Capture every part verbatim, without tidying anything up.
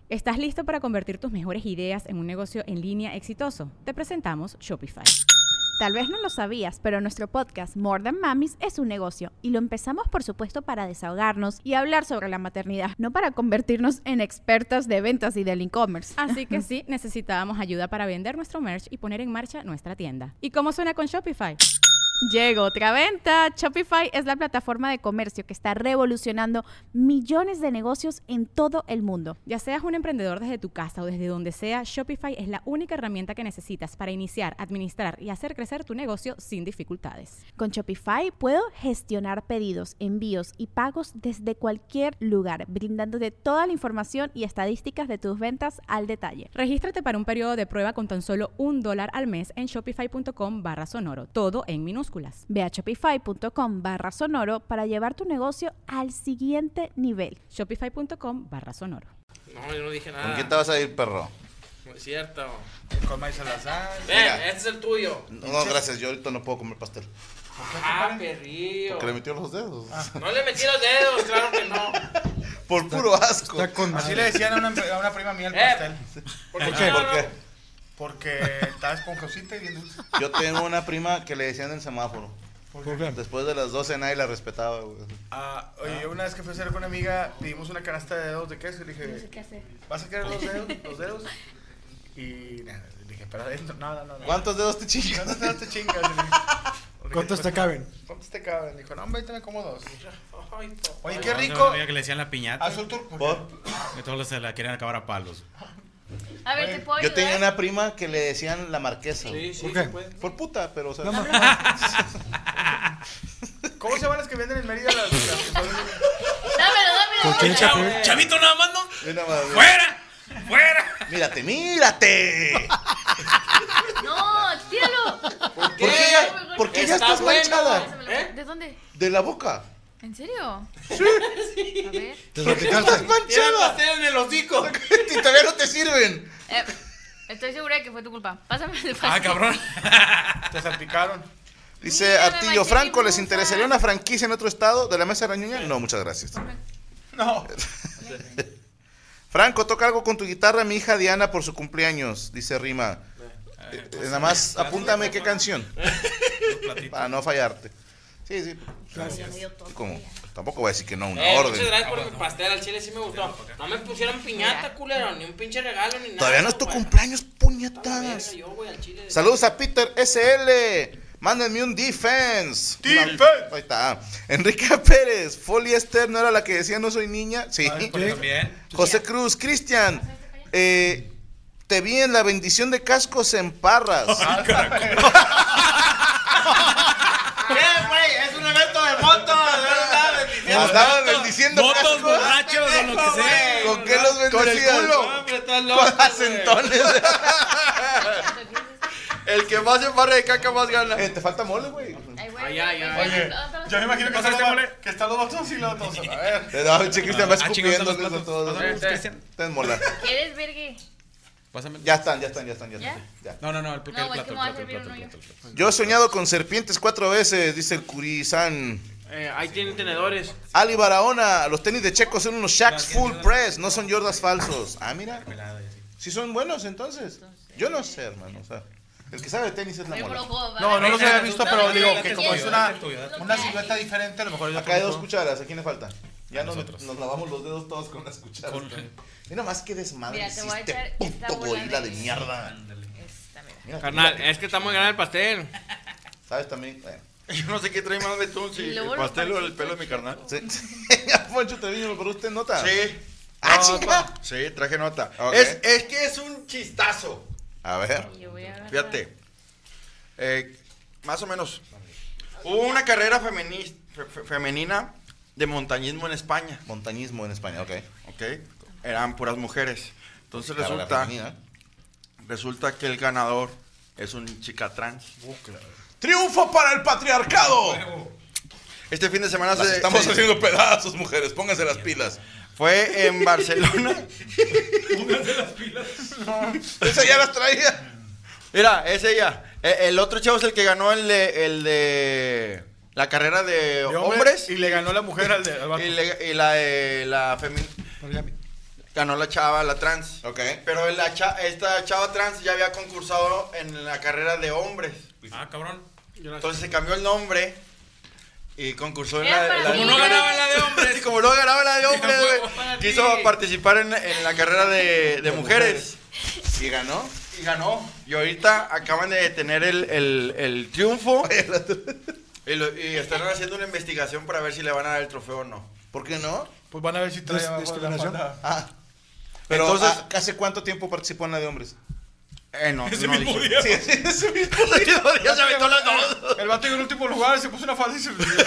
¿Estás listo para convertir tus mejores ideas en un negocio en línea exitoso? Te presentamos Shopify. Tal vez no lo sabías, pero nuestro podcast More Than Mamis es un negocio y lo empezamos por supuesto para desahogarnos y hablar sobre la maternidad, no para convertirnos en expertas de ventas y del e-commerce. Así que sí, necesitábamos ayuda para vender nuestro merch y poner en marcha nuestra tienda. ¿Y cómo suena con Shopify? Llegó otra venta. Shopify es la plataforma de comercio que está revolucionando millones de negocios en todo el mundo. Ya seas un emprendedor desde tu casa o desde donde sea, Shopify es la única herramienta que necesitas para iniciar, administrar y hacer crecer tu negocio sin dificultades. Con Shopify puedo gestionar pedidos, envíos y pagos desde cualquier lugar, brindándote toda la información y estadísticas de tus ventas al detalle. Regístrate para un periodo de prueba con tan solo un dólar al mes en shopify.com barra sonoro, todo en minúsculas. Ve a shopify.com barra sonoro para llevar tu negocio al siguiente nivel. Shopify.com barra sonoro. No, yo no dije nada. ¿Con quién te vas a ir, perro? No es cierto. Con May Salazar. Ven, Mira. este es el tuyo. No, no, gracias, yo ahorita no puedo comer pastel. Ah, perrillo. Porque le metió los dedos. No le metí los dedos, claro que no. Por puro asco. Está con Así le decían a una, a una prima mía el Eh. pastel. ¿Por ¿Por qué? qué? No, ¿Por no, qué? no. Porque estaba esponjosita y bien dulce. Yo tengo una prima que le decían el semáforo. ¿Por qué? Después de las doce nadie la respetaba, güey. Ah, oye, una vez que fui a hacer con una amiga, pedimos una canasta de dedos de queso y le dije, No sé qué hacer. ¿vas a querer los dedos? Los dedos. Y nada, le dije, pero adentro, no, no, no. no. ¿Cuántos dedos te chingas? ¿Cuántos dedos te chingas? Le dije, ¿Cuántos te caben? ¿Cuántos te caben? Dijo, no, hombre, ahorita me como dos. Ay, papá. Oye, No, qué no rico. sabía que le decían la piñata. Azul turco. ¿Por? Que todos se la querían acabar a palos. A ver, ¿te puedo Yo ayudar? tenía una prima que le decían la marquesa. güey. Sí, sí, ¿Por qué? se puede. Por puta, pero o sea. ¿Cómo se llaman las que venden en Mérida? Las, las que son- Dámelo, dámelo. ¿Con quién Chavo, chape? chavito nada más, ¿no? Mira, madre. ¡Fuera! ¡Fuera! Mírate, mírate. No, tíralo. ¿Por qué ya, ¿por qué ya Está estás bueno. manchada? ¿Eh? ¿De dónde? De la boca. ¿En serio? Sí. A ver. ¿Te ¿Por qué estás salpicaste? Tiene manchada? pastel en el hocico. Y todavía no te sirven. Eh, estoy segura de que fue tu culpa. Pásame de Ah, fácil. cabrón. te salpicaron. Dice Mira, me Artillo, manché Franco, mi ¿les blusa. interesaría una franquicia en otro estado de la mesa rañuña? No, muchas gracias. No. Franco, toca algo con tu guitarra, mi hija Diana, por su cumpleaños, dice Rima. Eh, eh, nada más apúntame qué canción, para no fallarte. Sí, sí. Gracias. Como, tampoco voy a decir que no, una Eh, orden. muchas gracias por mi pastel al chile, sí me gustó. No me pusieron piñata, culero, ni un pinche regalo, ni nada. Todavía no es tu güey. cumpleaños, A la puñetas. verga, yo, güey, al chile. Saludos a Peter S L. Mándenme un defense. Defense. Una- Ahí está. Enrique Pérez. Folly Esther no era la que decía no soy niña. Sí. También. José Cruz. Cristian. Eh, te vi en la bendición de cascos en Parras. ¿Qué, güey? Es un evento de motos, de verdad. Andaban bendiciendo Motos, cascos. borrachos o lo que sea. ¿Con qué los bendecían? Con el culo. Hombre, estás loco, Con güey. acentones. El que más se barre de caca más gana. Eh, te falta mole, güey. Ay, güey. Ay, ay, ay. Oye, yo me imagino que ¿Pasa están este los, mole? que están los vatos y los otros. A ver. Eh, No, che, Cristian va Ah, chingados, escupiendo los eso platos. todo. Pásame, Sí, sí. Cristian. Ten mola. ¿Quieres, vergue? Pásame. Ya están, ya están, ya están, ya ¿Ya? están. Ya. No, no, no, el, porque No, el es plato, que el me va a plato, el servir plato, uno el yo. plato, el plato. Yo he soñado con serpientes cuatro veces, dice el Curizán. Eh, ahí tienen tenedores. Ali Barahona, los tenis de Checo son unos Shacks full press, no son Jordas falsos. Ah, mira. Si son buenos entonces. Yo no sé, hermano. O sea, el que sabe de tenis es la mola. No, no los había visto, pero digo date que el como tuyo, es una, date el tuyo, date el una tuyo. silueta diferente, a lo mejor yo Acá hay dos conozco. cucharas, ¿a quién le falta? Ya A nos, nosotros. nos lavamos los dedos todos con las cucharas. Con- Mira más que desmadre Mira, te voy a hiciste, echar esta puto bola gorila de- de mierda. Esta, mira. Mira, Carnal, mira, es que está muy grande el pastel. ¿sabes también? Bueno. Yo no sé qué trae más betún, si Y el luego lo pastel o el parece pelo de mi carnal. Sí. Poncho Treviño, pero usted nota. Sí. Ah, No, chinga. pa- Sí, traje nota. Ok. Es, es que es un chistazo. A ver. Y yo voy a agarrar- Fíjate. Eh, más o menos. Hubo una carrera femeni- fe- fe- femenina de montañismo en España. Montañismo en España, ok. ¿Ok? Eran puras mujeres. Entonces Claro, la resulta, femenina. resulta que el ganador es un chica trans. ¡Triunfo para el patriarcado! Este fin de semana Las se, estamos se- haciendo pedazos, mujeres. Pónganse las pilas. fue en Barcelona. Esa ya las traía. Mira, es ella. E- El otro chavo es el que ganó el de, el de la carrera de, De hombres. Y le ganó la mujer al, de, al vato. Y, le- y la de la femenina. ganó la chava, la trans. Ok. Pero la cha- esta chava trans ya había concursado en la carrera de hombres. Ah, cabrón. Entonces se cambió el nombre y concursó en Era la, para la- mí, Como no güey. ganaba la de hombres. Y como no ganaba la de hombres, Tampoco güey, para ti. quiso participar en, en la carrera de, de mujeres. ¿Y ganó? Y ganó. Y ahorita acaban de tener el, el, el triunfo. Y, lo- y están haciendo una investigación para ver si le van a dar el trofeo o no. ¿Por qué no? Pues van a ver si trae Dis- abajo de la discriminación. falda. Ah. Pero, Entonces- ah, ¿hace cuánto tiempo participó en la de hombres? Eh, no, Ese no mismo dije. día. Sí, sí, ese mismo. Ya se aventó las dos. El vato llegó en último lugar, se puso una falda y se olvidó.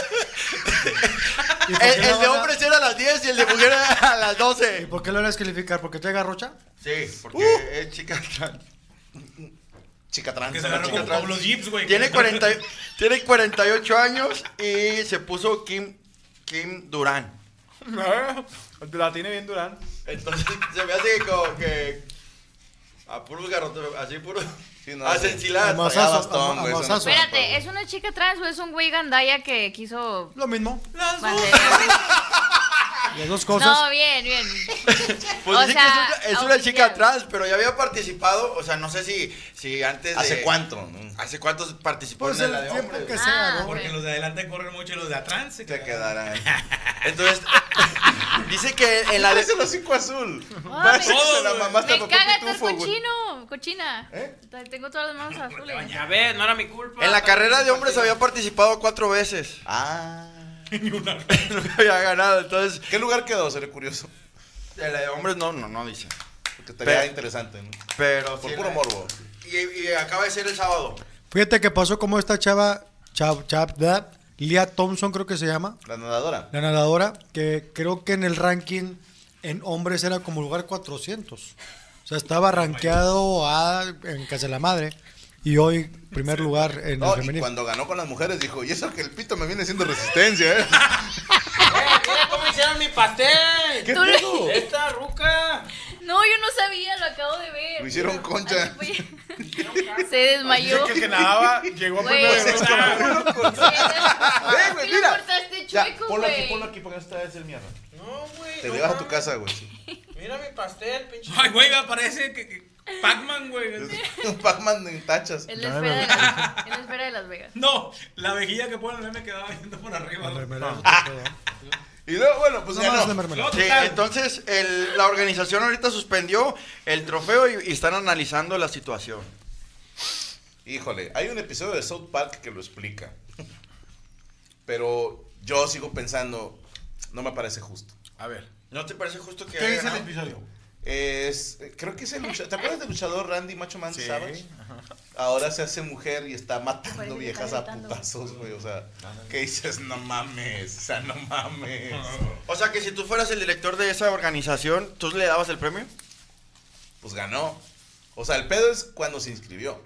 ¿Y por qué El, no el de van a- hombres era a las diez y el de mujeres a las ¿Y doce. por qué lo van a descalificar? ¿Porque trae garrocha? Sí, porque Uh. es chica trans. Chica trans. Que se una agarró chica como, trans. como los jeeps, güey. Tiene, cuarenta, y- tiene cuarenta y ocho años y se puso Kim, Kim Durán. La tiene bien Durán. Entonces se me hace como que a puros garrotes, así puros. Sí, no, a sí. enchiladas. Además, ya Masazo, bastón, a- güey, a eso no masazo. se Espérate, puede. ¿es una chica trans o es un güey gandaya que quiso Lo mismo. Las dos. mantener? Las dos cosas. No, bien, bien. Pues O dice sea, que es una, es una chica oficial. trans, pero ya había participado, o sea, no sé si, si antes de... ¿Hace cuánto? no? ¿Hace cuántos participó Pues en el la de tiempo hombres? que Ah, sea, ¿no? Porque los de adelante corren mucho y los de atrás se Se quedan. quedará. Entonces, dice que en la de... Es el hocico azul. Ah, Parece me- que se la Todo, mamaste a Me Papá caga estar Pitufo, güey. cochino, cochina. ¿Eh? Tengo todas las manos azules. Ya ves, no era mi culpa. En la carrera de hombres había participado cuatro veces. Ah. Nunca había ganado, entonces... ¿Qué lugar quedó? Seré curioso. En la de hombres no, no, no dice. Porque estaría Pero- interesante, ¿no? Pero... Por sí, puro la- morbo. Y, y acaba de ser el sábado. Fíjate que pasó como esta chava, chava, chava, Lia Thompson creo que se llama, La nadadora. la nadadora, que creo que en el ranking en hombres era como lugar cuatrocientos. O sea, estaba rankeado a, en Casa de la Madre y hoy primer lugar en No, el y femenino. cuando ganó con las mujeres dijo, y eso que el pito me viene haciendo resistencia, ¿eh? Eh, mira cómo hicieron mi pastel. ¿Qué Tú le- pedo? Esta ruca. No, yo no sabía, lo acabo de ver. Lo hicieron concha. Así fue. Se desmayó. Dice que el que nadaba llegó a Güey, primero. se Ve, güey, ¿Por qué lo mira. cortaste Ya, chueco, ponlo aquí, güey? ponlo aquí porque esta es el mierda. No, güey. Te no llevas a tu mames. casa, güey. sí. Mira mi pastel, pinche. Ay, güey, parece que, que Pac-Man, güey. Un Pac-Man en tachas. En la esfera de Las, en la esfera de Las Vegas. No, la vejilla que pone el meme quedaba viendo por arriba. La güey. mermelada, Y luego, bueno, pues no ganó. más de mermelada. Sí, entonces el- la organización ahorita suspendió el trofeo y, y están analizando la situación. Híjole, hay un episodio de South Park que lo explica. Pero yo sigo pensando, no me parece justo. A ver, ¿No te parece justo que ¿qué haya dice el ganado? episodio? Es, creo que es el luchador. ¿Te acuerdas del luchador Randy Macho Man Sí. Savage? Ahora se hace mujer y está matando Parece que viejas está a gritando. putazos, güey. O sea, ¿qué dices? No mames. O sea, no mames. O sea que si tú fueras el director de esa organización, ¿tú le dabas el premio? Pues ganó. O sea, el pedo es cuando se inscribió.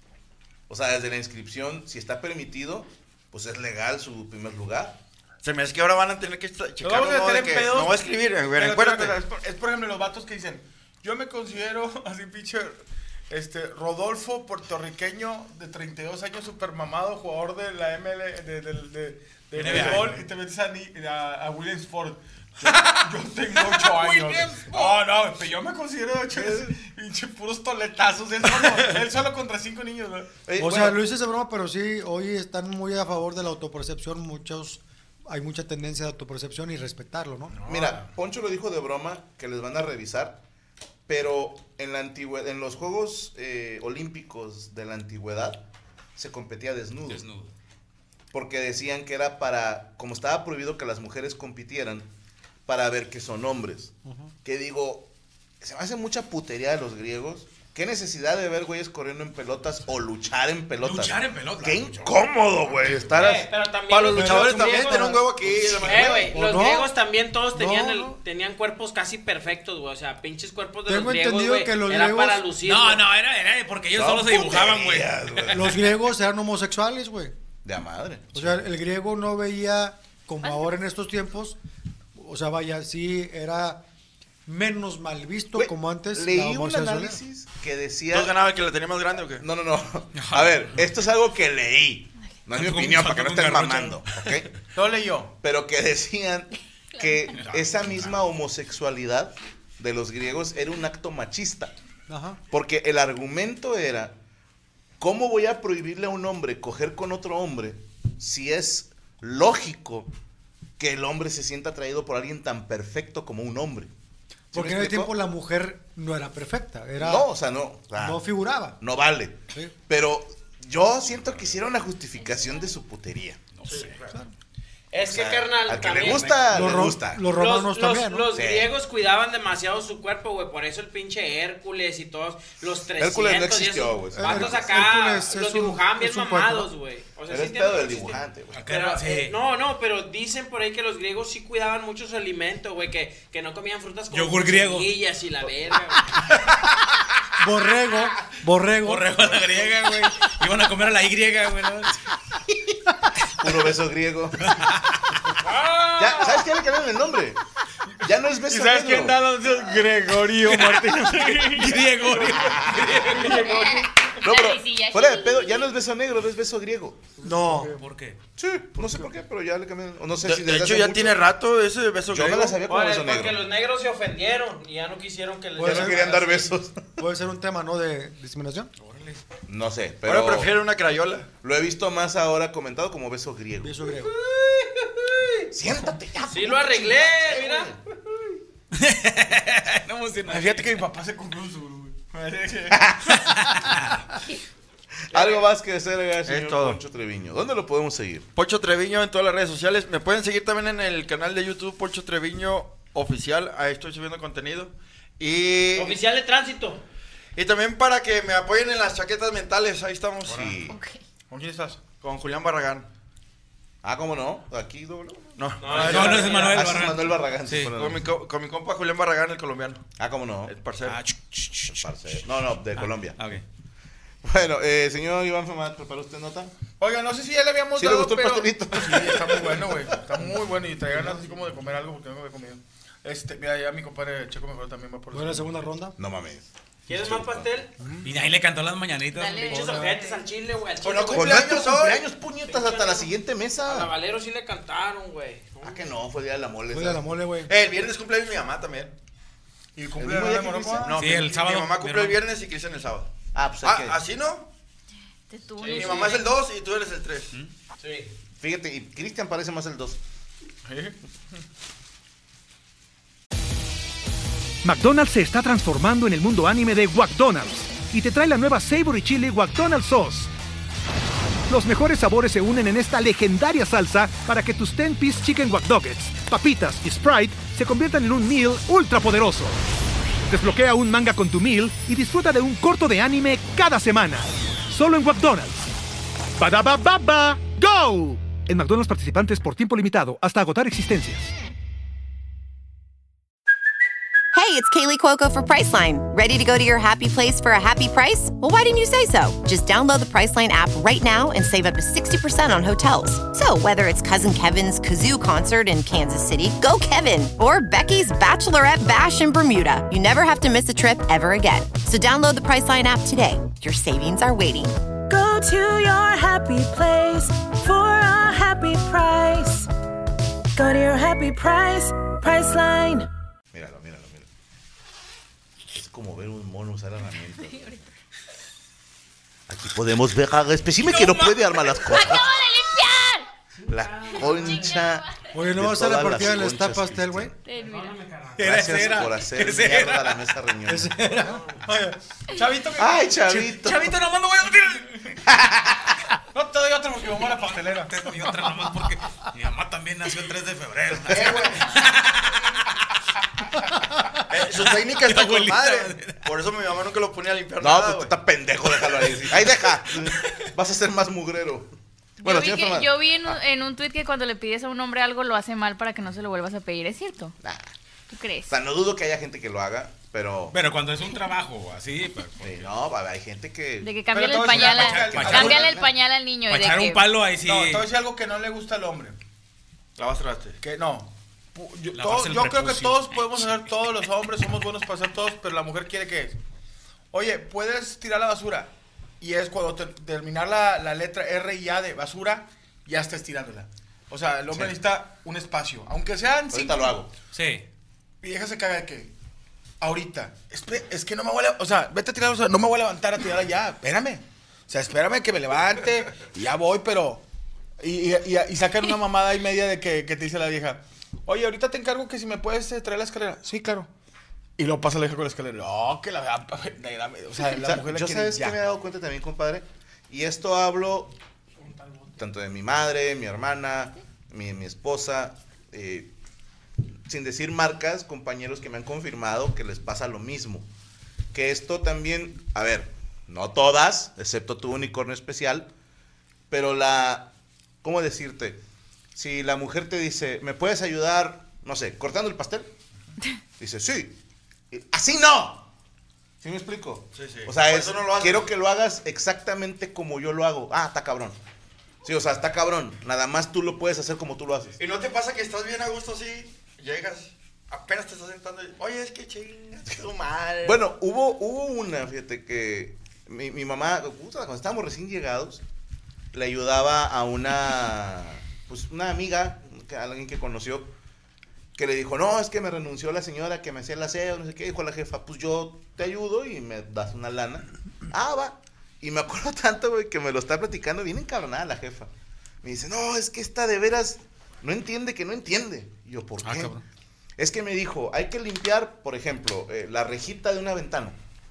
O sea, desde la inscripción, si está permitido, pues es legal su primer lugar. Se me hace que ahora van a tener que esta- checar vamos a uno de meter en que pedos. no va a escribir, güey, Pero, acuérdate. pero, pero, es, por, es por ejemplo los vatos que dicen, yo me considero así pinche, este, Rodolfo, puertorriqueño de treinta y dos años, super mamado, jugador de la M L, de, de, de, de N B A. béisbol, y te metes a, Ni- a, a Williamsport. Yo, yo tengo ocho años. Oh, no, pero yo me considero de ocho años, pinche puros toletazos, él solo, él solo contra cinco niños, ¿no? Oye, O bueno, sea, lo dices de broma, pero sí, hoy están muy a favor de la autopercepción, muchos, hay mucha tendencia de autopercepción y respetarlo, ¿no? Mira, Poncho lo dijo de broma que les van a revisar, pero en la antigüedad, en los Juegos eh, Olímpicos de la antigüedad se competía desnudo. Desnudo. Porque decían que era para, como estaba prohibido que las mujeres compitieran, para ver que son hombres. Que digo, se me hace mucha putería de los griegos. ¿Qué necesidad de ver güeyes corriendo en pelotas o luchar en pelotas? Luchar en pelotas. Qué mucho. incómodo, güey. Estar Eh, así. pero también. Para los los luchadores también griegos- tienen un huevo aquí. de la Eh, güey, ¿O los no? griegos también todos tenían, No, el- no. tenían cuerpos casi perfectos, güey. O sea, pinches cuerpos de Tengo los griegos, entendido güey. que los Era griegos- para lucir. No, güey. no, era, era porque ellos Son solo se dibujaban, güey. puterías, güey. Los griegos eran homosexuales, güey. De a madre. O sea, el griego no veía como ahora en estos tiempos, o sea, vaya, sí era menos mal visto Güey, como antes la leí un homosexualidad. análisis que decía... ¿Tú ganaba el que la tenía más grande o qué? No, no, no. A ver, esto es algo que leí. No es mi Tanto opinión, como- para que no tanto estén como mamando, ¿ok? Lo leyó. Pero que decían que esa misma homosexualidad de los griegos era un acto machista. Ajá. Porque el argumento era, ¿cómo voy a prohibirle a un hombre coger con otro hombre si es lógico que el hombre se sienta atraído por alguien tan perfecto como un hombre? ¿Sí Porque en el tiempo la mujer no era perfecta. Era, no, o sea, no. O sea, no figuraba. No vale. Sí. Pero yo siento que hicieron una justificación de su putería. No sé. Claro. Es O que, sea, carnal, al que también, le gusta, Los le ro- gusta. los romanos los, también, los, ¿no? los Sí. griegos cuidaban demasiado su cuerpo, güey. Por eso el pinche Hércules y todos los trescientos. Hércules no y existió, esos güey. vatos Her- acá, Hércules es los un- dibujaban bien es un cuento, mamados, ¿no? güey. O sea, Pero sí es entiendo pedo que del existen. dibujante, güey. Pero, Sí. eh, no, no, pero dicen por ahí que los griegos sí cuidaban mucho su alimento, güey. Que, que no comían frutas con Yogur griego. semillas y la verga, güey. Borrego, borrego. Borrego a la griega, güey. Iban a comer a la Y, güey. ¿no? Puro beso griego. Ya, ¿sabes qué le cambiaron el nombre? Ya no es ¿Y beso sabes negro. quién da los dedos? Gregorio Martínez. Griego. No, pero Ay, sí, ya fuera sí. de pedo, ya no es beso negro, es beso griego. No. ¿Por qué? Sí, no sé por qué, pero ya le cambiaron. o No sé De, si de desde hecho, hace ya mucho. tiene rato ese beso Yo me griego. la sabía como Oye, beso porque negro. los negros se ofendieron y ya no quisieron que les Puede Ya no ser. querían dar besos. Puede ser un tema, ¿no? De discriminación. No sé, pero Ahora prefiero una crayola. lo he visto más ahora comentado como beso griego. Beso griego. Siéntate ya. Sí lo arreglé, mira. No emocionado. Fíjate que mi papá se compró un Subaru, güey. Algo más que hacer, eh, señor todo. Poncho Treviño. ¿Dónde lo podemos seguir? Pocho Treviño en todas las redes sociales. Me pueden seguir también en el canal de YouTube Pocho Treviño Oficial. Ahí estoy subiendo contenido. Y, Oficial de tránsito. y también para que me apoyen en las chaquetas mentales. Ahí estamos. Sí. ¿Con quién estás? Con Julián Barragán. Ah, ¿cómo no? Aquí doble. No. No, no, ese es Manuel Ah, ese es Barragán. Manuel Barragán. Sí. bueno, Con mi, co- con mi compa Julián Barragán, el colombiano. Ah, ¿cómo no? El parcero. Ah, ch- ch- ch- ch- Parce. No, no, de Colombia. Ah, ok. Bueno, eh, señor Iván Femat, ¿preparó usted nota? Oiga, no sé si ya le habíamos ¿Sí le dado, gustó el pero... pastelito? Sí, está muy bueno, güey. Está muy bueno y traía ganas así como de comer algo porque no me había comido. Este, mira, ya mi compadre Checo mejor también va por ¿No era la segunda ronda? No mames. ¿Quieres más pastel? Y ahí le cantó las mañanitas. Dale. Pinches ojetes al chile, güey. Al chile, Con la güey. Con Cumpleaños nuestro hoy. cumpleaños, puñetas, hasta la siguiente A la mesa. Valero sí le cantaron, güey. Ah, que no, fue día de la mole. Fue de la ¿sabes? mole, güey. Eh, el viernes cumpleaños mi mamá también. ¿Y ¿El cumple mismo de día que Morocco? Cristian? No, Sí, mi- el sábado, Mi mamá mi cumple el hermano. viernes y Cristian el sábado. Ah, pues hay que... Ah, ¿así no? Te tuvo Sí, Mi sí. mamá es el dos y tú eres el tres. Sí. Fíjate, y Cristian parece más el dos. McDonald's se está transformando en el mundo anime de McDonald's y te trae la nueva Savory Chili McDonald's Sauce. Los mejores sabores se unen en esta legendaria salsa para que tus ten piece chicken wack nuggets, papitas y Sprite se conviertan en un meal ultra poderoso. Desbloquea un manga con tu meal y disfruta de un corto de anime cada semana. Solo en McDonald's. Badaba baba, go. En McDonald's participantes por tiempo limitado hasta agotar existencias. Hey, it's Kaylee Cuoco for Priceline. Ready to go to your happy place for a happy price? Well, why didn't you say so? Just download the Priceline app right now and save up to sixty percent on hotels. So, whether it's Cousin Kevin's Kazoo concert in Kansas City, go Kevin, or Becky's Bachelorette Bash in Bermuda, you never have to miss a trip ever again. So, download the Priceline app today. Your savings are waiting. Go to your happy place for a happy price. Go to your happy price, Priceline. Míralo, míralo, míralo. Es como ver un mono usar herramientas. Aquí podemos ver a espécimen que no puede armar las cosas. ¡Acabo de limpiar! La concha. Oye, ¿no de vas a todas repartir las el conchas, está pastel, güey? Cristian. Ten, mira. Gracias por hacer Ese era. mierda la mesa reunión. Oye, Chavito, que... Ay, chavito. Chavito, nomás no voy a No te doy otro porque mi mamá era pastelera. Te doy otra nomás porque mi mamá también nació el tres de febrero. Eh, su técnica está con Abuelita. madre. Por eso mi mamá nunca lo ponía a limpiar No, nada, pues tú güey. estás pendejo, déjalo ahí. Ahí deja. Vas a ser más mugrero. Bueno, yo vi, señor que, Fernández. yo vi en, un, en un tweet que cuando le pides a un hombre algo lo hace mal para que no se lo vuelvas a pedir, ¿es cierto? Nah. ¿Tú crees? O sea, no dudo que haya gente que lo haga, pero... Pero cuando es un trabajo así, pues, Sí, no, hay gente que... De que cámbiale Pero el te voy a pañal, decir a- una cosa, cámbiale que- el pañal al niño. y para de echar que, un palo ahí sí. No, te voy a decir algo que no le gusta al hombre. Lavas traste. Que no. Pu- Yo, Lavarse todo- el yo creo que prepucio. todos podemos hacer, todos los hombres somos buenos para hacer todos, pero la mujer quiere que, oye, puedes tirar la basura. Y es cuando te- terminar la, la letra R y A de basura, ya estás tirándola. O sea, el hombre Sí. necesita un espacio. Aunque sean cinco. Ahorita lo hago. Sí. Mi vieja se caga de que, ahorita, espe- es que no me voy a, o sea, vete a tirar, o sea, no me voy a levantar a tirarla ya, espérame. O sea, espérame que me levante y ya voy, pero... Y, y, y, y sacan una mamada y media de que, que te dice la vieja, oye, ahorita te encargo que si me puedes eh, traer la escalera. Sí, claro. Y luego pasa la vieja con la escalera. No, que la... O sea, la O sea, mujer la yo quiere sabes ya. que me he dado cuenta también, compadre. Y esto hablo tanto de mi madre, mi hermana, mi, mi esposa, eh, sin decir marcas, compañeros que me han confirmado que les pasa lo mismo. Que esto también, a ver, no todas, excepto tu unicornio especial, pero la, ¿cómo decirte? Si la mujer te dice, ¿me puedes ayudar, no sé, cortando el pastel? Dice, sí. ¡Así no! ¿Sí me explico? Sí, sí. O sea, Por es, eso no lo haces. quiero que lo hagas exactamente como yo lo hago. Ah, está cabrón. Sí, o sea, está cabrón. Nada más tú lo puedes hacer como tú lo haces. ¿Y no te pasa que estás bien a gusto así? Llegas, apenas te estás sentando y, oye, es que chingas, tu madre. Bueno, hubo, hubo una, fíjate que mi, mi mamá, puta, cuando estábamos recién llegados, le ayudaba a una, pues una amiga, que, alguien que conoció, que le dijo, no, es que me renunció la señora que me hacía el aseo, no sé qué. Dijo la jefa, pues yo te ayudo y me das una lana. Ah, va. Y me acuerdo tanto, güey, que me lo está platicando bien encabronada la jefa. Me dice, no, es que esta de veras no entiende que no entiende. Y yo, ¿por qué? Ah, cabrón. Es que me dijo, hay que limpiar, por ejemplo, eh, la rejita de una ventana.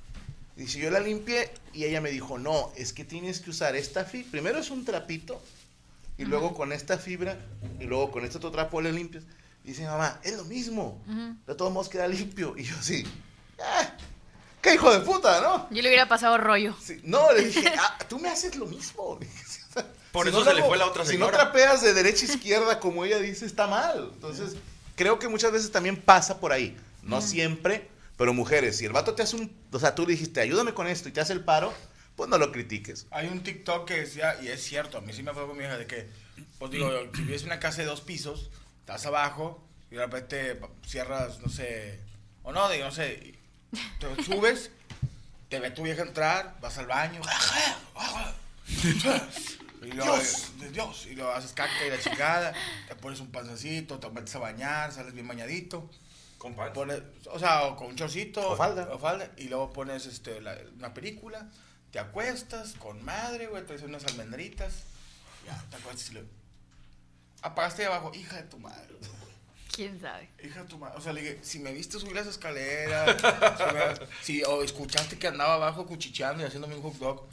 Y si yo la limpié, y ella me dijo, no, es que tienes que usar esta fibra. Primero es un trapito, y luego con esta fibra, y luego con este otro trapo le limpias. Y dice, mamá, es lo mismo. Ujú. De todos modos queda limpio. Y yo, sí. Ah, ¡qué hijo de puta, ¿no? Yo le hubiera pasado rollo. Sí, no, le dije, ah, tú me haces lo mismo. Por Si eso no se lo le hago- fue la otra Si señora. no trapeas de derecha a izquierda, como ella dice, está mal. Entonces, creo que muchas veces también pasa por ahí. No Mm. siempre, pero mujeres, si el vato te hace un... O sea, tú le dijiste, ayúdame con esto y te hace el paro, pues no lo critiques. Hay un TikTok que decía, y es cierto, a mí sí me fue con mi hija, de que, pues digo, si vives en una casa de dos pisos, estás abajo, y de repente cierras, no sé, o no, digo, no sé, te subes, te ve tu vieja entrar, vas al baño, y luego, Dios. de Dios, y lo haces caca y la chingada, te pones un pancecito, te metes a bañar, sales bien bañadito. Con pan. Pones, o sea, o con un chorcito. O falda. O falda. Y luego pones este, la- una película, te acuestas con madre, güey, te haces unas almendritas. Ya, te acuestas y le. Apagaste de abajo, hija de tu madre. ¿Quién sabe? Hija de tu madre. O sea, le dije, si me viste subir las escaleras, si, me- si- o escuchaste que andaba abajo cuchicheando y haciéndome un hot dog,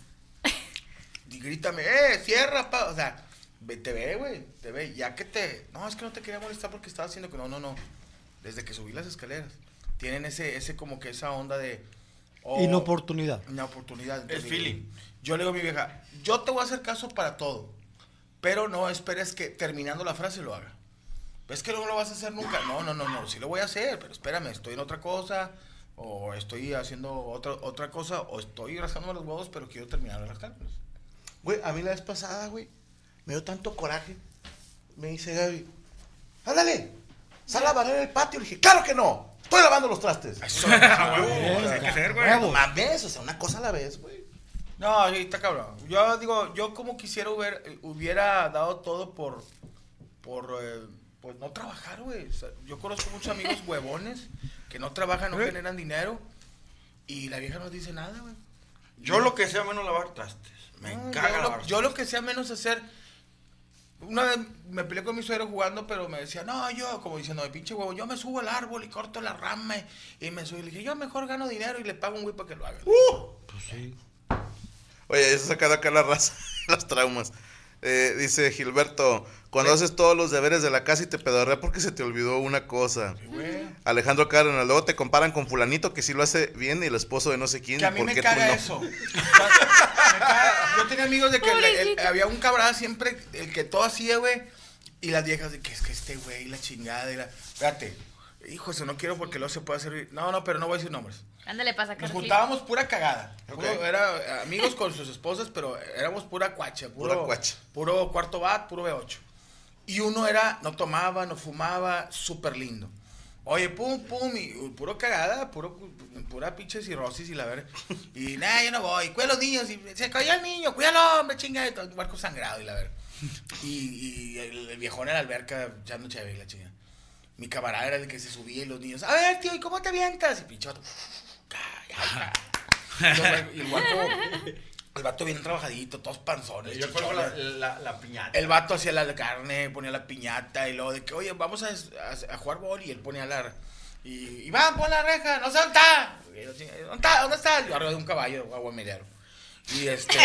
y grítame, ¡eh, cierra, pa! O sea, ve- te ve, güey, te ve. Ya que te. No, es que no te quería molestar porque estaba haciendo que no, no, no. Desde que subí las escaleras. Tienen ese, ese como que esa onda de. oh, Inoportunidad. Inoportunidad. Entonces, El feeling. Yo le digo a mi vieja, yo te voy a hacer caso para todo, pero no esperes que terminando la frase lo haga. Es que no lo vas a hacer nunca. No, no, no, no, sí lo voy a hacer, pero espérame, estoy en otra cosa, o estoy haciendo otra, otra cosa, o estoy rascándome los huevos, pero quiero terminar de rascármelos. Güey, a mí la vez pasada, güey, me dio tanto coraje. Me dice Gaby, ándale, sal a barrer el patio. Le dije, claro que no, estoy lavando los trastes. Eso, Hay que ser, güey. No mames, o sea, una cosa a la vez, güey. No, sí, está cabrón. Yo digo, yo como quisiera hubiera, hubiera dado todo por, por, eh, pues no trabajar, güey. O sea, yo conozco muchos amigos huevones que no trabajan, no generan dinero y la vieja no dice nada, güey. Yo lo que sea menos lavar trastes. Me No, caga yo, lavar lo, yo lo que sea menos hacer. Una vez me peleé con mi suegro jugando, pero me decía, no, yo, como diciendo, de pinche huevo, yo me subo al árbol y corto la rama y, y me subo. Y le dije, yo mejor gano dinero y le pago un güey para que lo haga. Pues sí. Oye, eso sacado acá la raza, los traumas. Eh, dice Gilberto, cuando haces todos los deberes de la casa y te pedorrea porque se te olvidó una cosa. Güey. Alejandro Cárdenas, luego te comparan con fulanito que sí lo hace bien y el esposo de no sé quién. Que a mí ¿por me qué tú caga no? eso. Me caga- Yo tenía amigos de que el- el- Pobrecito. había un cabrón siempre, el que todo hacía, güey, y las viejas de que es que este güey, la chingada, y la... Espérate, hijo, eso no quiero porque luego se puede hacer... No, no, pero no voy a decir nombres. Ándale, pasa Nos Carly. juntábamos pura cagada. Ok. Puro- era eh, amigos con sus esposas, pero éramos pura cuacha. Puro, Pura cuacha. Puro cuarto bat, puro B ocho. Y uno era, no tomaba, no fumaba, súper lindo. Oye, pum, pum, y uh, puro cagada, puro, pura pinche cirrosis y la verga. Y nada, yo no voy, cuida a los niños, y se cayó el niño, cuida al hombre, chinga, y todo, un barco sangrado y la verga. Y, y el, el viejón en la alberca echando chévere y la chinga. Mi camarada era el que se subía y los niños, a ver, tío, ¿y cómo te avientas? Y pinche vato, y el vato, el vato bien trabajadito, todos panzones. Yo pongo la, la, la piñata. El vato hacía la carne, ponía la piñata y luego de que, oye, vamos a, a, a jugar bol y él ponía la... Y Iván, pon la reja, no sé dónde está. ¿Dónde está? ¿Dónde está? Yo arriba de un caballo, aguamielero. Y este...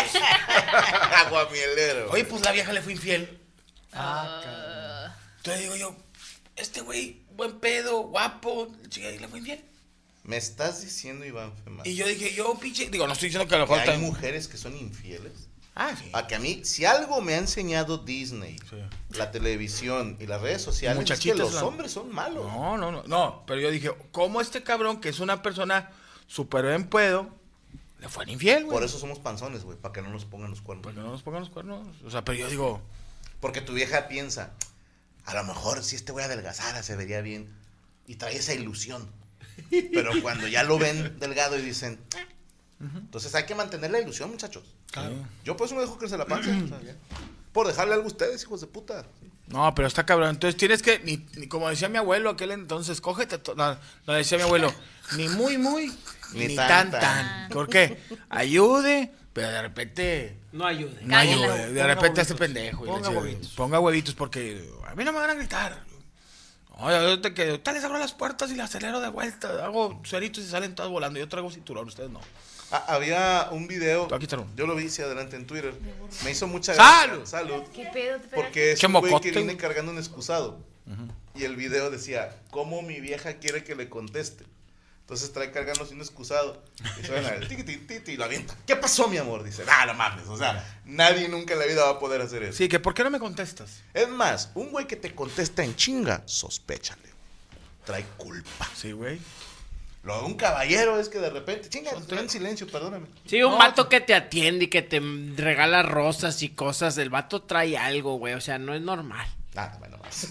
Aguamielero. Oye, pues la vieja le fue infiel. Ah, cabrón. Entonces digo yo, este güey, buen pedo, guapo, chica, y le fue infiel. Me estás diciendo, Iván Femas. Y yo dije, yo, pinche, digo, no estoy diciendo que a lo que mejor... hay tan- mujeres que son infieles. Ah, sí. A que a mí, si algo me ha enseñado Disney, Sí. la televisión y las redes sociales, es que Muchachitas, los la- hombres son malos. No, no, no, no, pero yo dije, ¿cómo este cabrón, que es una persona súper bien pedo, le fue infiel, güey? Por eso somos panzones, güey, para que no nos pongan los cuernos. Para que no nos pongan los cuernos. O sea, pero yo digo... Porque tu vieja piensa, a lo mejor si este güey adelgazara se vería bien. Y trae esa ilusión. Pero cuando ya lo ven delgado y dicen... "Eh". Entonces hay que mantener la ilusión, muchachos. Claro. Yo por eso me dejo crecer la panza. o sea, ya. Por dejarle algo a ustedes, hijos de puta. No, pero está cabrón. Entonces tienes que, ni, ni como decía mi abuelo aquel entonces, cógete, to- no, no decía mi abuelo, ni muy, muy, ni, Ni tan, tan, tan. tan. ¿Por qué? Ayude, pero de repente... No ayude. No Cáguela. ayude, de repente hace pendejo. y Ponga le dice, huevitos. Ponga huevitos porque a mí no me van a gritar. Oye, yo te que tal les abro las puertas y le acelero de vuelta. Hago sueritos y salen todas volando. Yo traigo cinturón, ustedes no. Ah, había un video, Aquí está uno. yo lo vi hacia adelante en Twitter. Me hizo mucha ¡Salud! gracia. Salud. ¿Qué pedo te pegaste? Porque es Che un güey mocote, que viene güey. cargando un excusado. Y el video decía, ¿cómo mi vieja quiere que le conteste? Entonces trae cargando un excusado. Y suena el tiqui, tiqui, tiqui, y lo avienta. ¿Qué pasó, mi amor? Dice, ah, no mames. O sea, nadie nunca en la vida va a poder hacer eso. Sí, que ¿por qué no me contestas? Es más, un güey que te contesta en chinga, sospéchale. Trae culpa. Sí, güey. Lo de un caballero es que de repente, chinga, estoy en silencio, perdóname. Sí, un vato que te atiende y que te regala rosas y cosas. El vato trae algo, güey. O sea, no es normal. Ah, bueno, más.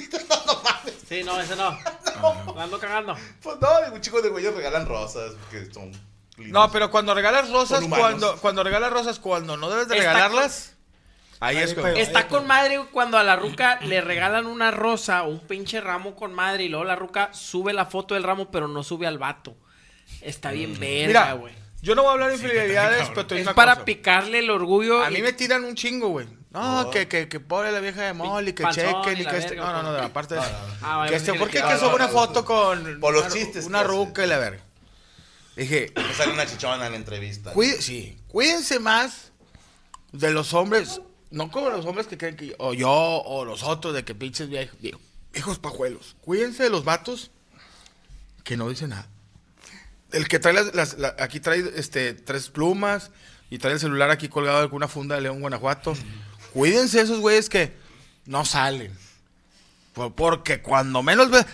Sí, no, ese no. No. Ando cagando. Pues no, digo, chicos de güeyes regalan rosas, que son lindos. No, pero cuando regalas rosas, Son humanos. cuando, cuando regalas rosas, cuando no debes de Está regalarlas, ahí es cuando... Está con madre cuando a la ruca le regalan una rosa o un pinche ramo con madre y luego la ruca sube la foto del ramo pero no sube al vato. Está bien verga, Mira, güey. yo no voy a hablar de Sí, infidelidades, cabrón. pero te digo Es una para cosa. picarle el orgullo. A mí y- me tiran un chingo, güey. No, No. que, que, que pobre la vieja de Molly, que Panzón chequen y y la que este... verga, No, no, no, de la pues. parte de... Ah, vale, que este, sí, ¿por qué no, que no, subo una no, foto no. con... Por los una- chistes Una que hace. ruca y la verga. Dije, Me sale una chichona en la entrevista. cuide- sí, cuídense más de los hombres, no como los hombres que creen que... O yo, o los otros, de que pinches viejos, digo, viejos pajuelos. Cuídense de los vatos que no dicen nada. El que trae las, las- la- aquí trae este tres plumas y trae el celular aquí colgado de alguna funda de León, Guanajuato. Cuídense de esos güeyes que no salen. Por- porque cuando menos ve...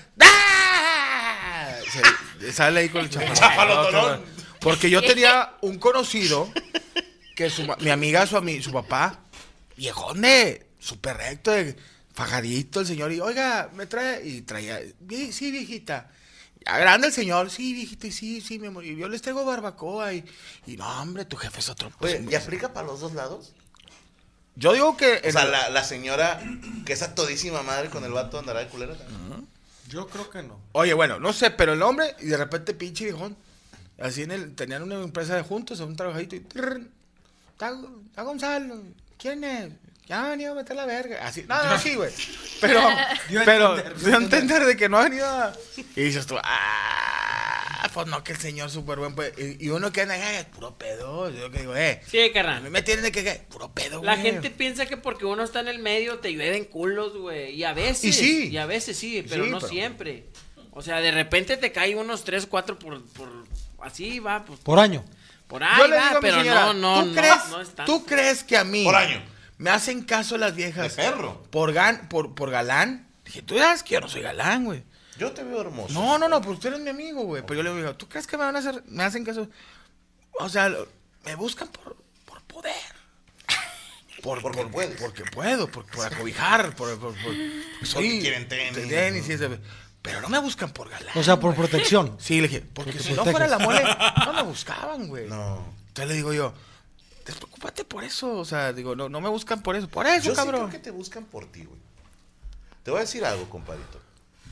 ¡Ah! Se- sale ahí con el chapalotón. Porque yo tenía un conocido que su, ma- mi amiga, su, ami- su papá, viejón de súper recto, de fajadito el señor, y oiga, me trae, y traía, "Vi- sí, viejita. Ya grande el señor, sí, viejito, y sí, sí, mi amor. Y yo les traigo barbacoa y, y no, hombre, tu jefe es otro. Oye, ¿y aplica para los dos lados? Yo digo que... O sea, la, la señora que es a todísima madre con el vato andará de culera también. Yo creo que no. Oye, bueno, no sé, pero el hombre, y de repente pinche viejón, así en el, tenían una empresa de juntos, un trabajadito, y... trrr, Está, está Gonzalo, ¿quién es? Ya ha venido a meter la verga. Así, no, no, sí, güey. Pero, Dio a pero, entender, dio a entender de que no ha venido a... Y dices tú, ah, pues no, que el señor súper buen, pues. Y, y uno que anda, "Ay, puro pedo". Yo que digo, eh. Sí, A mí carnal. me tienen de que, que puro pedo, güey. La gente piensa que porque uno está en el medio te llueven culos, güey. Y a veces. Y sí. Y a veces sí, pero Sí, no pero- siempre. O sea, de repente te caen unos tres, cuatro por, por... Así va, pues. Por año. Por ahí Yo le va, digo a mi pero señora, no, no, ¿tú no, crees, no es tanto. ¿tú crees que a mí... Por año. Me hacen caso las De viejas perro. por, gan, por, por galán? Dije, tú sabes que yo no soy galán, güey. Yo te veo hermoso. No, no, no, pues tú eres mi amigo, güey. Pero yo le digo, ¿tú crees que me van a hacer, me hacen caso? O sea, lo- me buscan por, por poder. Por, Porque por- puedes. Porque puedo, por, por acobijar, por, por, por- Porque quieren tenis. tenis y eso. Pero no me buscan por galán. O sea, por güey. protección. Sí, le dije, porque Porque si no proteges. fuera la mole, no me buscaban, güey. No. Entonces le digo yo, despreocúpate por eso. O sea, digo, no, no me buscan por eso. Por eso, Yo sí cabrón. creo que te buscan por ti, güey. Te voy a decir algo, compadrito.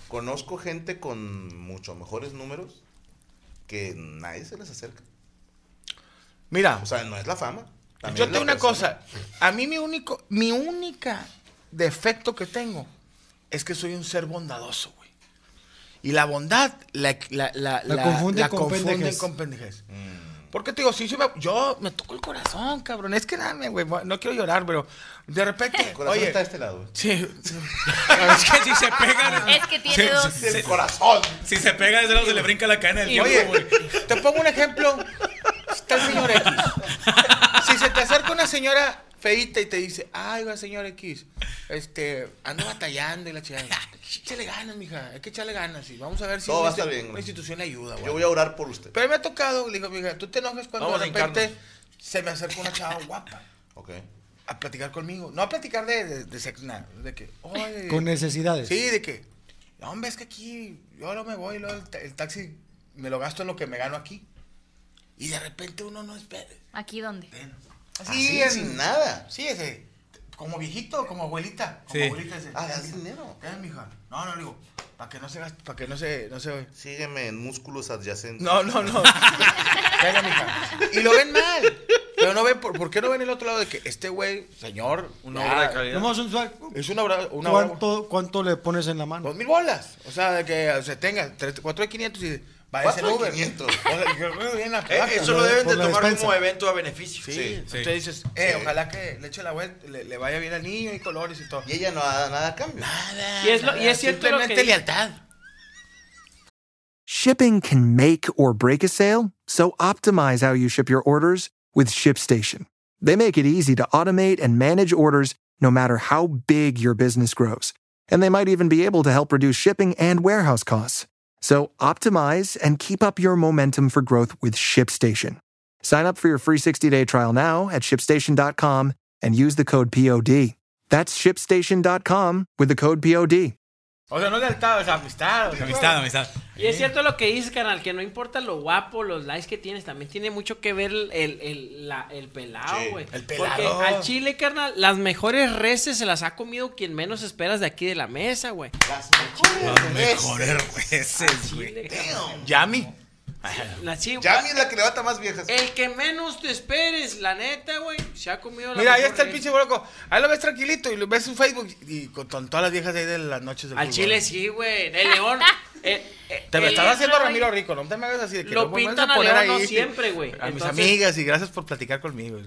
conozco gente con mucho mejores números que nadie se les acerca. Mira. O sea, no es la fama. Yo tengo una cosa. A mí mi único, mi única defecto que tengo es que soy un ser bondadoso, güey. Y la bondad la, la, la, la, la confunde, la con, confunden pendejez. con pendejez. Mm. Porque te digo, sí, sí me, yo me toco el corazón, cabrón. Es que nada, güey, no quiero llorar, pero de repente. El corazón oye, está de este lado. Sí. sí. Es que si se pegan. Es que tiene se, dos. Se, el corazón. Si se pega de ese lado, se le brinca la cadena del tiempo, oye, güey. Te pongo un ejemplo. Está el señor X. Si se te acerca una señora feíta y te dice, ay, va, señor X, este, ando batallando y la chica, échale ganas, mija, hay que echarle ganas y vamos a ver si Todo una, va a estar bien, una güey. institución le ayuda, güey. Yo voy a orar por usted. Pero me ha tocado, le digo, mija, tú te enojas cuando Vamos de a repente hincarnos. se me acerca una chava guapa. Ok. A platicar conmigo. No a platicar de, de, de sexo, nada. De que, oye. Con necesidades. Sí, de que, hombre, es que aquí, yo no me voy, luego el, ta- el taxi me lo gasto en lo que me gano aquí. Y de repente uno no espera. ¿Aquí dónde? Así, en- sin nada. Sí, ese. Como viejito, como abuelita. Como Sí. abuelita ese. Ah, das dinero. ¿Qué, mija? No, no, digo, para que no se gaste, para que no se, no se. Sígueme en músculos adyacentes. No, no, no. Venga, mija. Y lo ven mal. Pero no ven, ¿por, ¿por qué no ven el otro lado de que este güey, señor, Una ya, obra de calidad. Nomás un swag. es una obra, una obra- ¿Cuánto, ¿Cuánto le pones en la mano? Dos mil bolas. O sea, de que se tenga tres, cuatro de quinientos y va ese Cuatro de Uber. quinientos. O sea, que luego viene la Eh, placa. eso Por lo la- deben de por la tomar despensa. como evento a beneficio. Sí, Sí. entonces Sí. dices, eh, Sí. ojalá que le eche la vuelta, le, le vaya bien al niño y colores y todo. Y ella no da nada a cambio. Nada. Y es lo- y es cierto lo que simplemente dice. lealtad. Shipping can make or break a sale, so optimize how you ship your orders with ShipStation. They make it easy to automate and manage orders no matter how big your business grows. And they might even be able to help reduce shipping and warehouse costs. So optimize and keep up your momentum for growth with ShipStation. Sign up for your free sixty-day trial now at ship station dot com and use the code P O D. That's ship station dot com with the code P O D. O sea, no lealtad, es amistad. O sea, Amistad, amistad. Y es cierto lo que dices, canal, que no importa lo guapo, los likes que tienes, también tiene mucho que ver el, el, el, la- el pelado, Sí, güey. el Porque pelado. al chile, carnal, las mejores reses se las ha comido quien menos esperas de aquí de la mesa, güey. Las Los mejores mejores reces, güey. Chile, carnal. Yami. La chi- Yami es la que levanta más viejas. El que menos te esperes, la neta, güey, se ha comido la Mira, ahí mejor está el res. pinche loco. Ahí lo ves tranquilito y lo ves en Facebook y con, con todas las viejas ahí de las noches del Al fútbol. chile sí, güey. El León. eh, eh, Te me el- estás haciendo güey, Ramiro Rico, no te me hagas así de que Lo no me pintan vas a poner León, no ahí siempre, güey. A mis Entonces- amigas y gracias por platicar conmigo.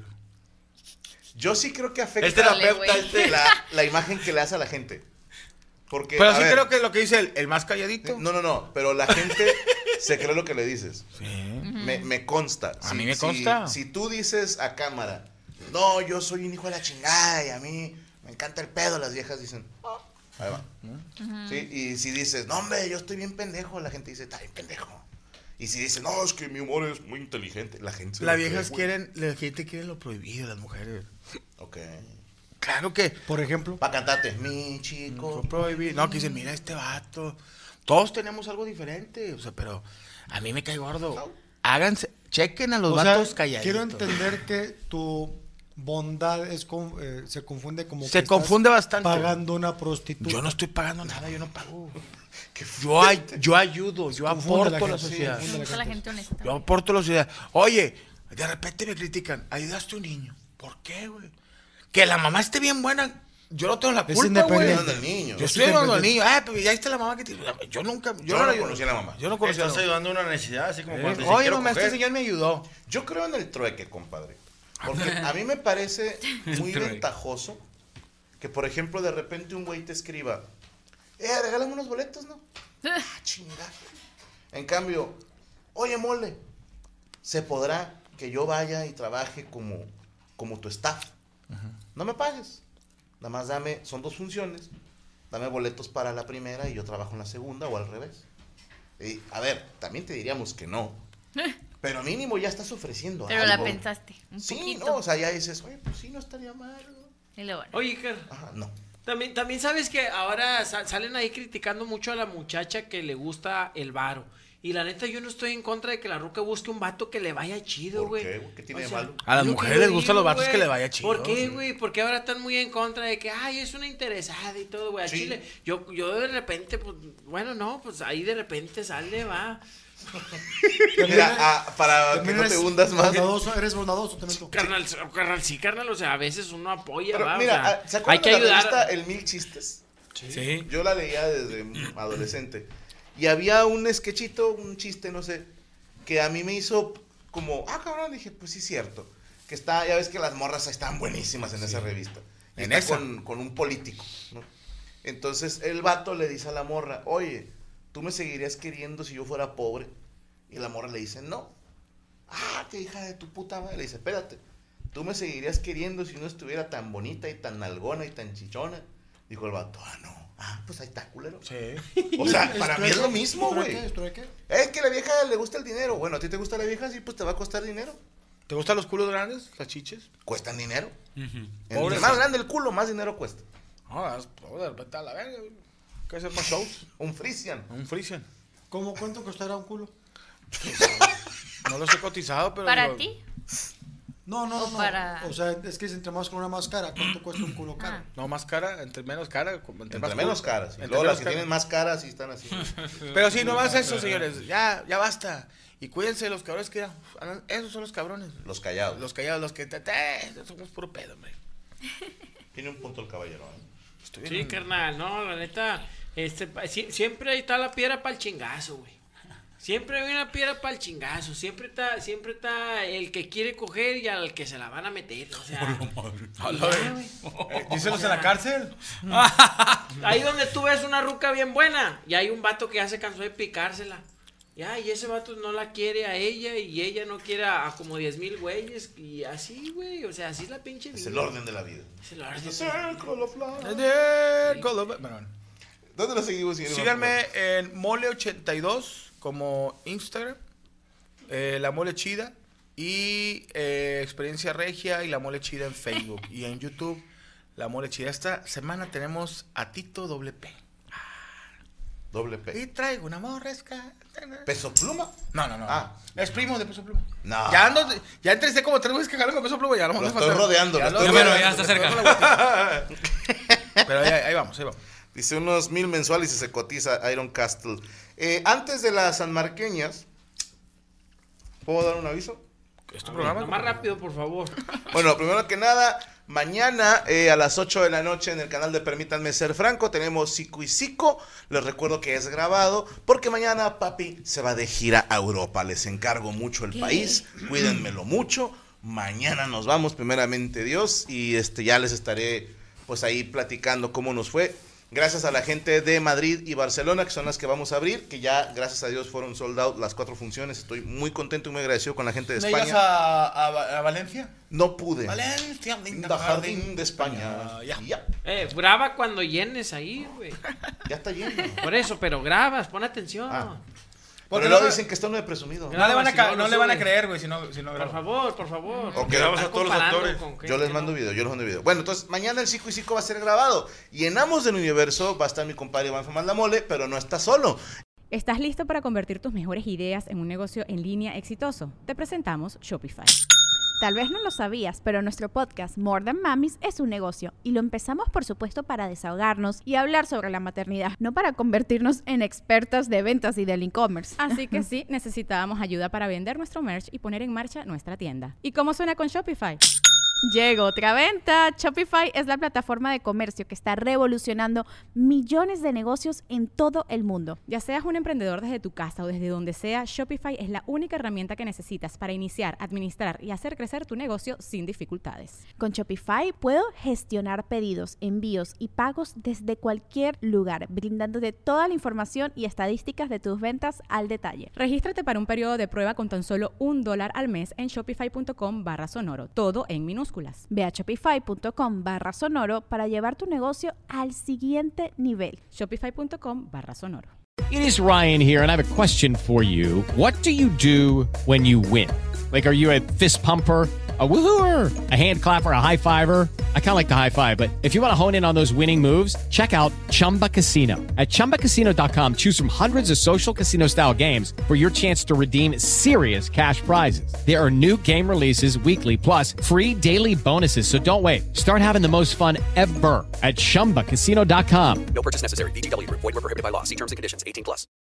Yo sí creo que afecta El terapeuta, güey. este. la, la imagen que le hace a la gente. Porque, Pero a sí ver, creo que lo que dice el, el más calladito. No, no, no, pero la gente se cree lo que le dices. Sí. Me, me consta. A mí me consta. Si, si tú dices a cámara, no, yo soy un hijo de la chingada y a mí me encanta el pedo, las viejas dicen, "Oh, ahí va". ¿Sí? Y si dices, no, hombre, yo estoy bien pendejo, la gente dice, está bien pendejo. Y si dices, no, es que mi humor es muy inteligente, la gente se Las lo cree, viejas güey. quieren, la gente quiere lo prohibido, las mujeres. Ok. Claro que. Por ejemplo. Para cantarte, mi chico. Lo prohibido. No, que dicen, mira este vato. Todos tenemos algo diferente. O sea, pero a mí me cae gordo. Háganse, chequen a los O sea, vatos calladitos. quiero entender que tu bondad es con- eh, se confunde como Se que confunde estás bastante. pagando una prostituta. Yo no estoy pagando nada, yo no pago. Yo, ay- yo ayudo, yo Confunde la aporto a la gente, sí, sociedad. confunde la Gusta la gente honesta. Yo aporto a la sociedad. Oye, de repente me critican, ayudaste a un niño. ¿Por qué, güey? Que la mamá esté bien buena, yo no tengo la Es culpa, güey. independiente. Del niño. Yo Es estoy ayudando al independiente. niño. Ah, pero ya está la mamá que te... Yo nunca... Yo, Yo no no la conocí a la mamá. Yo no conocí a la Estás mamá. ayudando a una necesidad, así como cuando te Eh, dicen, Oye, "Quiero mamá, este coger". señor me ayudó. Yo creo en el trueque, compadre. Porque a mí me parece muy trueque. ventajoso que, por ejemplo, de repente un güey te escriba, eh, regálame unos boletos, ¿no? Ah, chingada. En cambio, oye, mole, se podrá que yo vaya y trabaje como, como tu staff. No me pagues. Nada más dame, son dos funciones, dame boletos para la primera y yo trabajo en la segunda o al revés. Y, a ver, también te diríamos que no. Pero mínimo ya estás ofreciendo Pero algo. la pensaste un Sí, poquito. no, o sea, ya dices, oye, pues sí, no estaría mal. Y luego, bueno. Oye, Car, Ajá, no. también, también sabes que ahora sa- salen ahí criticando mucho a la muchacha que le gusta el varo. Y la neta, yo no estoy en contra de que la ruca busque un vato que le vaya chido, güey. ¿Por qué, güey? ¿Qué tiene O de sea, malo? A las lo mujeres que les yo gustan los digo, vatos que güey, le vaya chido. ¿Por qué, Sí. güey? Porque ahora están muy en contra de que, ay, es una interesada y todo, güey. A Sí. Chile, yo, yo de repente, pues, bueno, no, pues ahí de repente sale, va. Mira, ah, para que También no te eres hundas más. bondadoso, eres bondadoso también tú. Carnal, carnal, sí, carnal, o sea, a veces uno apoya, Pero va, mira, o sea, ah, ¿se acuerdan hay que de la ayudar. revista El Mil Chistes? Sí. Yo la leía desde adolescente. Y había un sketchito, un chiste, no sé, que a mí me hizo como, ah, cabrón, dije, pues sí es cierto. Que está, ya ves que las morras están buenísimas en esa revista. Y En está esa. Con, con un político, ¿no? Entonces el vato le dice a la morra, oye, ¿tú me seguirías queriendo si yo fuera pobre? Y la morra le dice, no. Ah, qué hija de tu puta madre. Le dice, espérate, ¿tú me seguirías queriendo si no estuviera tan bonita y tan nalgona y tan chichona? Dijo el vato, ah, no. Ah, pues ahí está, culero. Sí. O sea, para mí es lo mismo, ¿Esto de güey. qué? ¿Esto de qué? Es que a la vieja le gusta el dinero. Bueno, a ti te gusta la vieja, sí, pues te va a costar dinero. ¿Te gustan los culos grandes? ¿Las chiches? Cuestan dinero. Entre Pobres. más grande el culo, más dinero cuesta. No, es, oh, de repente a la verga, güey. Hay que hacer más shows. Un Frisian. Un Frisian. ¿Cómo cuánto costará un culo? No los he cotizado, pero... ¿Para digo, ti? No, no, O no. para- O sea, es que es entre más con una más cara. ¿Cuánto cuesta un culo caro? No, más cara, entre menos cara. Entre, Entre más menos culo. caras. Y Entre luego menos las que cara. tienen más caras sí están así. Pero sí, no más eso, señores. Ya, ya basta. Y cuídense de los cabrones que eran. Esos son los cabrones. Los callados. Los callados, los que te, te somos puro pedo, hombre. Tiene un punto el caballero, ¿eh? Estoy Sí, bien. carnal, no, la neta, este, pa- si- siempre ahí está la piedra para el chingazo, güey. Siempre hay una piedra para el chingazo, siempre está, siempre está el que quiere coger y al que se la van a meter, o sea. y ya, güey. Eh, Díselos en la cárcel. Ahí donde tú ves una ruca bien buena y hay un vato que ya se cansó de picársela. Ya, y ese vato no la quiere a ella y ella no quiere a, a como diez mil güeyes y así, güey, o sea, así es la pinche vida. Es el orden de la vida. Es el orden. The circle of life. De Colombia. Bueno, ¿Dónde lo seguimos? señor? síganme en mole ochenta y dos como Instagram, eh, La Mole Chida y eh, Experiencia Regia y La Mole Chida en Facebook y en YouTube La Mole Chida. Esta semana tenemos a Tito Doble P. Doble P. Y traigo una morresca. ¿Peso Pluma? No, no, no. Ah. Es primo de Peso Pluma. No. Ya ando, ya entrevisté como tres veces que jalan con Peso Pluma. Ya no Lo me estoy falta- rodeando, Ya lo lo- estoy Ya, pero rodeando. ya está cerca. Pero ahí, ahí vamos, ahí vamos. Dice unos mil mensuales y se cotiza Iron Castle. Eh, antes de las sanmarqueñas, ¿puedo dar un aviso? ¿Es tu A ver, programa? no, más rápido, por favor. Bueno, primero que nada, mañana eh, a las ocho de la noche en el canal de Permítanme Ser Franco tenemos Cico y Cico. Les recuerdo que es grabado porque mañana papi se va de gira a Europa. Les encargo mucho el país, cuídenmelo mucho. Mañana nos vamos, primeramente Dios, y este ya les estaré pues ahí platicando cómo nos fue. Gracias a la gente de Madrid y Barcelona, que son las que vamos a abrir, que ya, gracias a Dios, fueron sold out las cuatro funciones. Estoy muy contento y muy agradecido con la gente de ¿No España. ibas a, a, a Valencia? No pude. Valencia, Linda jardín de España. Ya. Ya. Eh, graba cuando llenes ahí, güey. Ya está lleno. Por eso, pero grabas, pon atención. Ah. Porque Pero luego no- dicen que está uno de presumido. No le van a, Si ca- no, no lo le van a sube. creer, güey, si no, si no Por graba. favor, por favor. Ok. Grabamos a Están todos los comparando actores. con gente Yo les que mando no. video, yo les mando video. Bueno, entonces mañana el Cico y Cico va a ser grabado. Y en Amos del Universo va a estar mi compadre Iván Famás La Mole, pero no está solo. ¿Estás listo para convertir tus mejores ideas en un negocio en línea exitoso? Te presentamos Shopify. Tal vez no lo sabías, pero nuestro podcast More Than Mamis es un negocio y lo empezamos por supuesto para desahogarnos y hablar sobre la maternidad, no para convertirnos en expertas de ventas y del e-commerce. Así que sí, necesitábamos ayuda para vender nuestro merch y poner en marcha nuestra tienda. ¿Y cómo suena con Shopify? Llegó otra venta. Shopify es la plataforma de comercio que está revolucionando millones de negocios en todo el mundo. Ya seas un emprendedor desde tu casa o desde donde sea, Shopify es la única herramienta que necesitas para iniciar, administrar y hacer crecer tu negocio sin dificultades. Con Shopify puedo gestionar pedidos, envíos y pagos desde cualquier lugar, brindándote toda la información y estadísticas de tus ventas al detalle. Regístrate para un periodo de prueba con tan solo un dólar al mes en shopify.com barra sonoro, todo en minúsculas. Ve a shopify.com barra sonoro para llevar tu negocio al siguiente nivel. Shopify.com barra sonoro. It is Ryan here, and I have a question for you. What do you do when you win? Like, are you a fist pumper, a woohooer, a hand clapper, a high fiver? I kind of like the high five, but if you want to hone in on those winning moves, check out Chumba Casino. At chumba casino dot com, choose from hundreds of social casino style games for your chance to redeem serious cash prizes. There are new game releases weekly, plus free daily bonuses. So don't wait. Start having the most fun ever at chumba casino dot com. No purchase necessary. V G W Group. Void where prohibited by law. See terms and conditions. eighteen plus.